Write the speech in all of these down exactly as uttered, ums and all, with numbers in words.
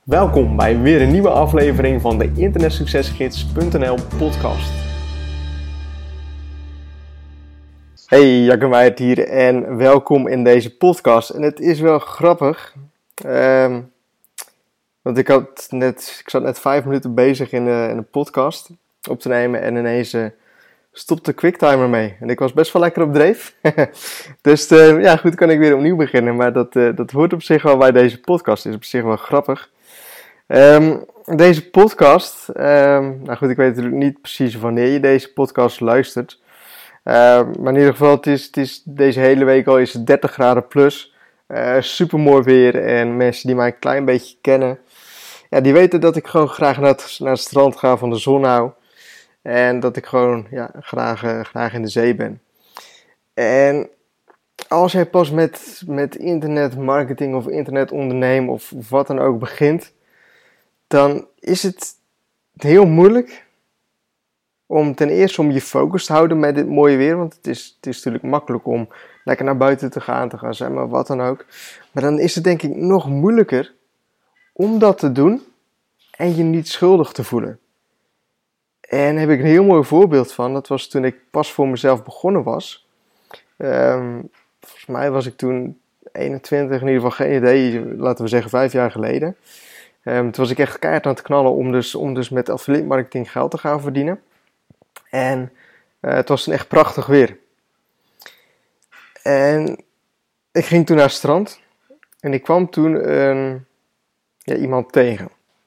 Welkom bij weer een nieuwe aflevering van de internetsuccesgids punt n l podcast. Hey, Jacco Meijert hier en welkom in deze podcast. En het is wel grappig, um, want ik, had net, ik zat net vijf minuten bezig in, uh, in een podcast op te nemen en ineens uh, stopte QuickTimer mee. En ik was best wel lekker op dreef. dus uh, ja, goed, kan ik weer opnieuw beginnen. Maar dat, uh, dat hoort op zich wel bij deze podcast. Het is op zich wel grappig. Um, deze podcast, um, nou goed, ik weet natuurlijk niet precies wanneer je deze podcast luistert. Uh, maar in ieder geval, het is, het is deze hele week al is het dertig graden plus. Uh, super mooi weer en mensen die mij een klein beetje kennen, ja, die weten dat ik gewoon graag naar het, naar het strand ga, van de zon hou. En dat ik gewoon ja, graag, uh, graag in de zee ben. En als jij pas met, met internetmarketing of internetondernemen of, of wat dan ook begint, dan is het heel moeilijk om ten eerste om je focus te houden met dit mooie weer. Want het is, het is natuurlijk makkelijk om lekker naar buiten te gaan, te gaan zwemmen, wat dan ook. Maar dan is het denk ik nog moeilijker om dat te doen en je niet schuldig te voelen. En daar heb ik een heel mooi voorbeeld van. Dat was toen ik pas voor mezelf begonnen was. Um, volgens mij was ik toen eenentwintig, in ieder geval geen idee, laten we zeggen vijf jaar geleden. Um, toen was ik echt keihard aan het knallen om dus, om dus met affiliate marketing geld te gaan verdienen. En uh, het was toen echt prachtig weer. En ik ging toen naar het strand. En ik kwam toen een, ja, iemand tegen.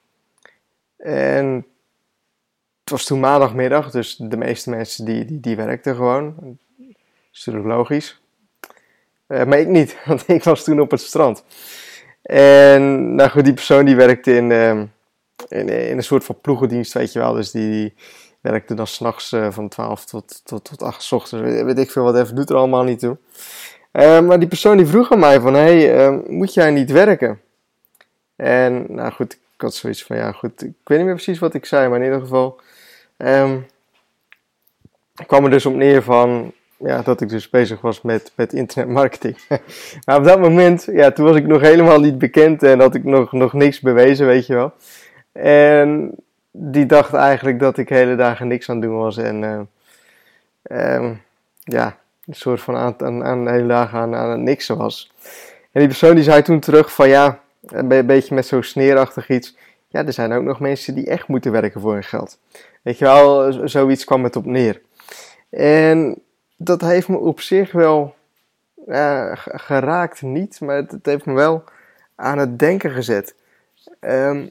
En het was toen maandagmiddag, dus de meeste mensen die, die, die werkten gewoon. Dat is natuurlijk logisch. Uh, maar ik niet, want ik was toen op het strand. En nou goed, die persoon die werkte in, uh, in, in een soort van ploegendienst, weet je wel. Dus die, die werkte dan s'nachts uh, van twaalf tot, tot, tot acht 's ochtends. Weet, weet ik veel wat even, doet er allemaal niet toe. Uh, maar die persoon die vroeg aan mij van, hé, hey, uh, moet jij niet werken? En nou goed, ik had zoiets van, ja goed, ik weet niet meer precies wat ik zei, maar in ieder geval um, kwam er dus op neer van, ja, dat ik dus bezig was met, met internetmarketing. Maar op dat moment, ja, toen was ik nog helemaal niet bekend en had ik nog, nog niks bewezen, weet je wel. En die dacht eigenlijk dat ik hele dagen niks aan het doen was en uh, um, ja, een soort van aan, aan, aan de hele dagen aan, aan het niksen was. En die persoon die zei toen terug van, ja, een beetje met zo'n sneerachtig iets, ja, er zijn ook nog mensen die echt moeten werken voor hun geld. Weet je wel, zoiets kwam het op neer. En dat heeft me op zich wel uh, geraakt, niet, maar het, het heeft me wel aan het denken gezet. Um,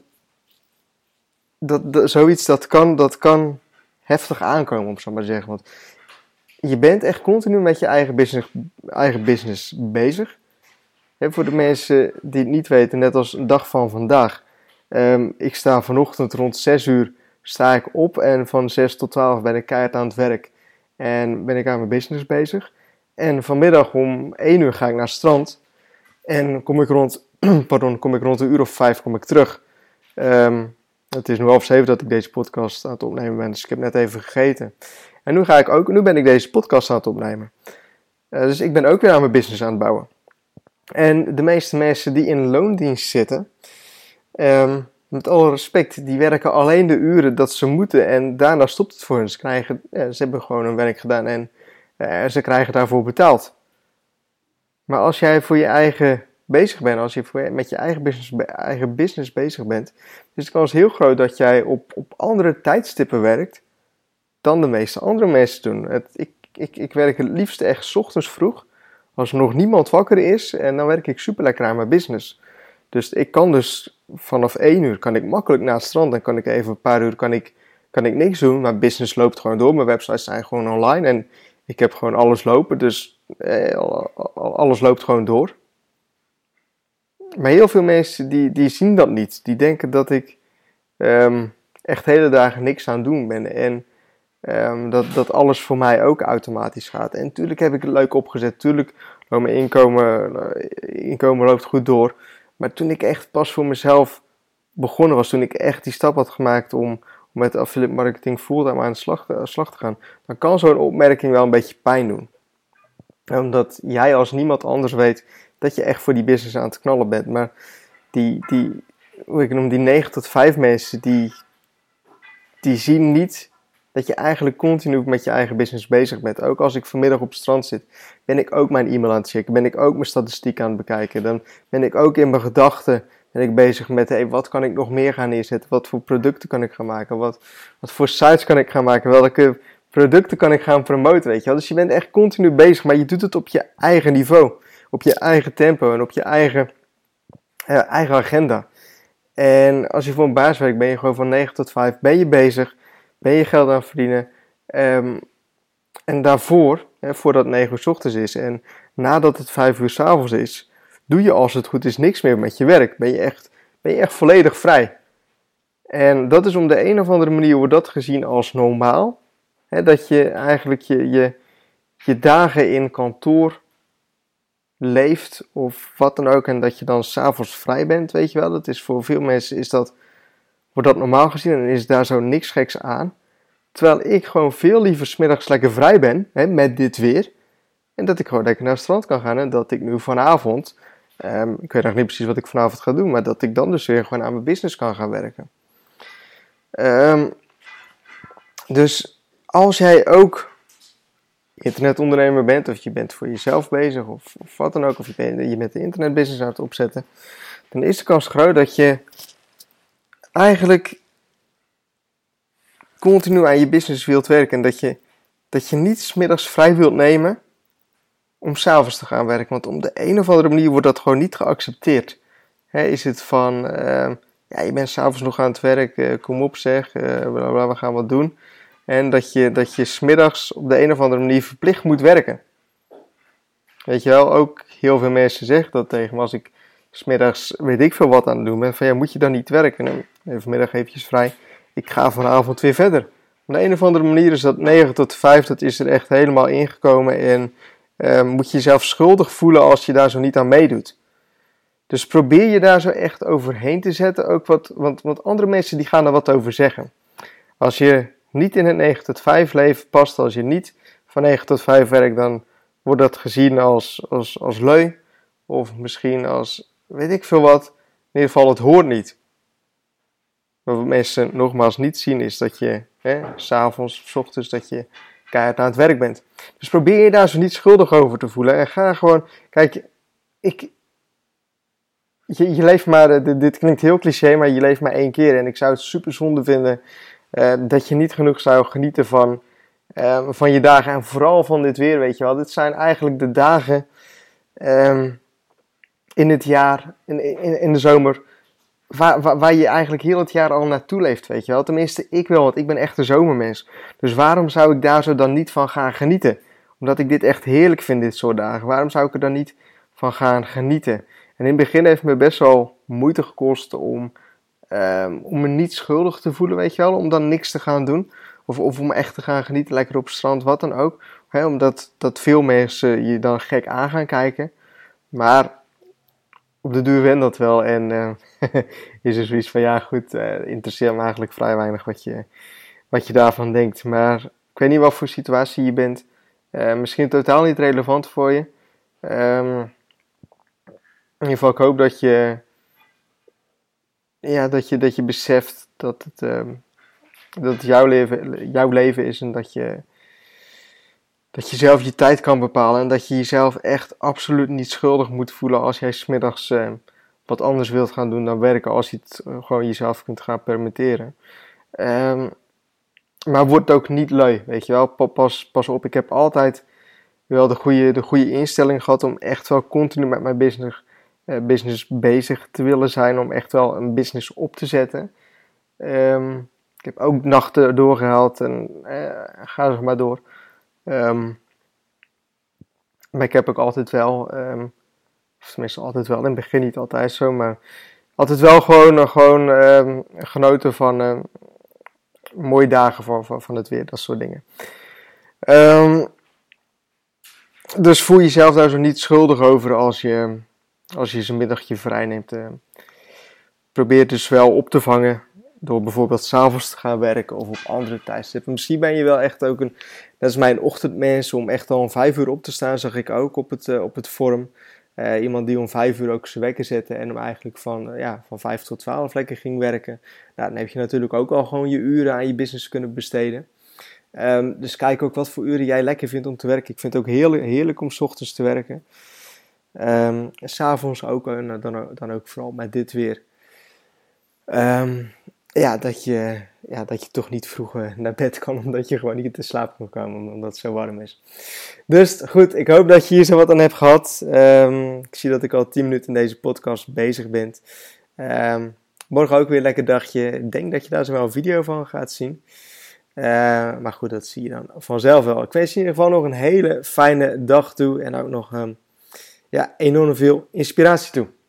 dat, dat, zoiets dat kan, dat kan heftig aankomen, om zo maar te zeggen. Want je bent echt continu met je eigen business, eigen business bezig. He, voor de mensen die het niet weten, net als een dag van vandaag. Um, ik sta vanochtend rond zes uur sta ik op en van zes tot twaalf ben ik keihard aan het werk. En ben ik aan mijn business bezig. En vanmiddag om één uur ga ik naar het strand. En kom ik rond, pardon, kom ik rond een uur of vijf kom ik terug. Um, het is nu half zeven dat ik deze podcast aan het opnemen ben. Dus ik heb net even gegeten. En nu, ga ik ook, nu ben ik deze podcast aan het opnemen. Uh, dus ik ben ook weer aan mijn business aan het bouwen. En de meeste mensen die in loondienst zitten, um, met alle respect, die werken alleen de uren dat ze moeten en daarna stopt het voor hen. Ze, krijgen, ja, ze hebben gewoon hun werk gedaan en uh, ze krijgen daarvoor betaald. Maar als jij voor je eigen bezig bent, als je voor je, met je eigen business, eigen business bezig bent, is de kans heel groot dat jij op, op andere tijdstippen werkt dan de meeste andere mensen doen. Het, ik, ik, ik werk het liefst echt 's ochtends vroeg, als er nog niemand wakker is, en dan werk ik super lekker aan mijn business. Dus ik kan dus vanaf één uur kan ik makkelijk naar het strand. Dan kan ik even een paar uur kan ik, kan ik niks doen. Mijn business loopt gewoon door. Mijn websites zijn gewoon online. En ik heb gewoon alles lopen. Dus eh, alles loopt gewoon door. Maar heel veel mensen die, die zien dat niet. Die denken dat ik um, echt hele dagen niks aan het doen ben. En um, dat, dat alles voor mij ook automatisch gaat. En natuurlijk heb ik het leuk opgezet. Tuurlijk loopt mijn inkomen, inkomen loopt goed door. Maar toen ik echt pas voor mezelf begonnen was, toen ik echt die stap had gemaakt om, om met affiliate marketing fulltime aan de slag, uh, slag te gaan, dan kan zo'n opmerking wel een beetje pijn doen. Omdat jij als niemand anders weet dat je echt voor die business aan het knallen bent. Maar die, die, hoe ik noem, die negen tot vijf mensen, die, die zien niet dat je eigenlijk continu met je eigen business bezig bent. Ook als ik vanmiddag op het strand zit, ben ik ook mijn e-mail aan het checken. Ben ik ook mijn statistiek aan het bekijken. Dan ben ik ook in mijn gedachten ben ik bezig met, hey, wat kan ik nog meer gaan neerzetten? Wat voor producten kan ik gaan maken? Wat, wat voor sites kan ik gaan maken? Welke producten kan ik gaan promoten? Weet je wel? Dus je bent echt continu bezig, maar je doet het op je eigen niveau. Op je eigen tempo en op je eigen, uh, eigen agenda. En als je voor een baas werkt, ben je gewoon van negen tot vijf, ben je bezig, ben je geld aan het verdienen. Um, en daarvoor, hè, voordat het negen uur 's ochtends is en nadat het vijf uur 's avonds is, doe je als het goed is niks meer met je werk. Ben je echt, ben je echt volledig vrij. En dat is om de een of andere manier wordt dat gezien als normaal. Hè, dat je eigenlijk je, je, je dagen in kantoor leeft of wat dan ook en dat je dan 's avonds vrij bent, weet je wel. Dat is voor veel mensen is dat, wordt dat normaal gezien en is daar zo niks geks aan. Terwijl ik gewoon veel liever 's middags lekker vrij ben, hè, met dit weer. En dat ik gewoon lekker naar het strand kan gaan en dat ik nu vanavond, um, ik weet nog niet precies wat ik vanavond ga doen, maar dat ik dan dus weer gewoon aan mijn business kan gaan werken. Um, dus als jij ook internetondernemer bent, of je bent voor jezelf bezig, of, of wat dan ook, of je bent, je bent de internetbusiness aan het opzetten, dan is de kans groot dat je eigenlijk continu aan je business wilt werken en dat je, dat je niet 's middags vrij wilt nemen om 's avonds te gaan werken. Want op de een of andere manier wordt dat gewoon niet geaccepteerd. He, is het van, uh, ja, je bent 's avonds nog aan het werk, uh, kom op zeg, uh, bla bla, we gaan wat doen. En dat je, dat je 's middags op de een of andere manier verplicht moet werken. Weet je wel, ook heel veel mensen zeggen dat tegen me als ik 's middags weet ik veel wat aan het doen ben. Van ja, moet je dan niet werken? En even vanmiddag eventjes vrij. Ik ga vanavond weer verder. Op de een of andere manier is dat negen tot vijf, dat is er echt helemaal ingekomen. En uh, moet je jezelf schuldig voelen als je daar zo niet aan meedoet. Dus probeer je daar zo echt overheen te zetten. Ook wat, want, want andere mensen die gaan er wat over zeggen. Als je niet in het negen tot vijf leven past, als je niet van negen tot vijf werkt, dan wordt dat gezien als, als, als lui. Of misschien als, weet ik veel wat. In ieder geval, het hoort niet. Maar wat mensen nogmaals niet zien is dat je, hè, 's avonds of 's ochtends, dat je keihard aan het werk bent. Dus probeer je daar zo niet schuldig over te voelen. En ga gewoon, kijk, ik, je, je leeft maar, dit, dit klinkt heel cliché, maar je leeft maar één keer. En ik zou het super zonde vinden uh, dat je niet genoeg zou genieten van, uh, van je dagen. En vooral van dit weer, weet je wel. Dit zijn eigenlijk de dagen um, in het jaar, in, in, in de zomer, Waar, waar, waar je eigenlijk heel het jaar al naartoe leeft, weet je wel. Tenminste, ik wel, want ik ben echt een zomermens. Dus waarom zou ik daar zo dan niet van gaan genieten? Omdat ik dit echt heerlijk vind, dit soort dagen. Waarom zou ik er dan niet van gaan genieten? En in het begin heeft het me best wel moeite gekost om, um, om me niet schuldig te voelen, weet je wel. Om dan niks te gaan doen. Of, of om echt te gaan genieten, lekker op het strand, wat dan ook. He, omdat dat veel mensen je dan gek aan gaan kijken. Maar op de duur went dat wel en uh, is er zoiets van, ja goed, uh, interesseert me eigenlijk vrij weinig wat je, wat je daarvan denkt. Maar ik weet niet wat voor situatie je bent. Uh, misschien totaal niet relevant voor je. Um, in ieder geval, ik hoop dat je, ja, dat je, dat je beseft dat het, um, dat het jouw leven, jouw leven is en dat je, dat je zelf je tijd kan bepalen en dat je jezelf echt absoluut niet schuldig moet voelen als jij 's middags uh, wat anders wilt gaan doen dan werken, als je het uh, gewoon jezelf kunt gaan permitteren. Um, maar word ook niet lui, weet je wel. Pas, pas op, ik heb altijd wel de goede, de goede instelling gehad om echt wel continu met mijn business, uh, business bezig te willen zijn, om echt wel een business op te zetten. Um, ik heb ook nachten doorgehaald en uh, ga er maar door. Um, maar ik heb ook altijd wel, um, of tenminste altijd wel, in het begin niet altijd zo, maar altijd wel gewoon, uh, gewoon um, genoten van uh, mooie dagen van, van, van het weer, dat soort dingen. Um, dus voel jezelf daar zo niet schuldig over als je, als je zo'n middagje vrij neemt. Uh, probeer dus wel op te vangen door bijvoorbeeld 's avonds te gaan werken of op andere tijdstippen. Misschien ben je wel echt ook een, dat is mijn ochtendmens, om echt al om vijf uur op te staan, zag ik ook op het, uh, op het forum. Uh, iemand die om vijf uur ook zijn wekker zette en hem eigenlijk van, uh, ja, van vijf tot twaalf lekker ging werken. Nou, dan heb je natuurlijk ook al gewoon je uren aan je business kunnen besteden. Um, dus kijk ook wat voor uren jij lekker vindt om te werken. Ik vind het ook heerlijk, heerlijk om 's ochtends te werken. Um, en 's avonds ook, uh, dan, dan ook vooral met dit weer. Um, ja, dat je, ja, dat je toch niet vroeg uh, naar bed kan, omdat je gewoon niet te slaap kan komen, omdat het zo warm is. Dus goed, ik hoop dat je hier zo wat aan hebt gehad. Um, ik zie dat ik al tien minuten in deze podcast bezig ben. Um, morgen ook weer een lekker dagje. Ik denk dat je daar zo wel een video van gaat zien. Uh, maar goed, dat zie je dan vanzelf wel. Ik wens je in ieder geval nog een hele fijne dag toe en ook nog um, ja, enorm veel inspiratie toe.